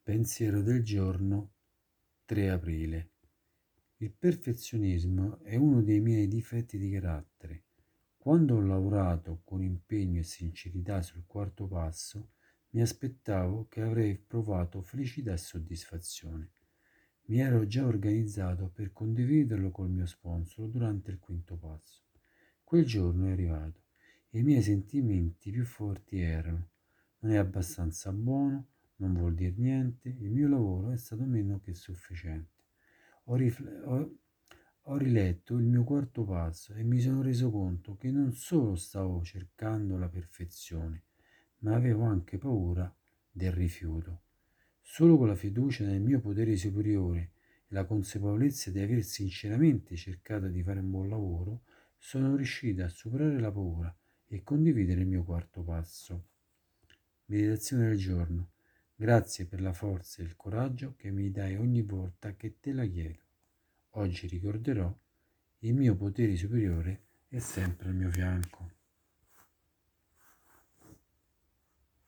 Pensiero del giorno 3 aprile. Il perfezionismo è uno dei miei difetti di carattere. Quando ho lavorato con impegno e sincerità sul quarto passo, mi aspettavo che avrei provato felicità e soddisfazione. Mi ero già organizzato per condividerlo col mio sponsor durante il quinto passo. Quel giorno è arrivato e i miei sentimenti più forti erano: non è abbastanza buono, non vuol dire niente, il mio lavoro è stato meno che sufficiente. Ho riletto il mio quarto passo e mi sono reso conto che non solo stavo cercando la perfezione, ma avevo anche paura del rifiuto. Solo con la fiducia nel mio potere superiore e la consapevolezza di aver sinceramente cercato di fare un buon lavoro, sono riuscito a superare la paura e condividere il mio quarto passo. Meditazione del giorno. Grazie per la forza e il coraggio che mi dai ogni volta che te la chiedo. Oggi ricorderò: il mio potere superiore è sempre al mio fianco.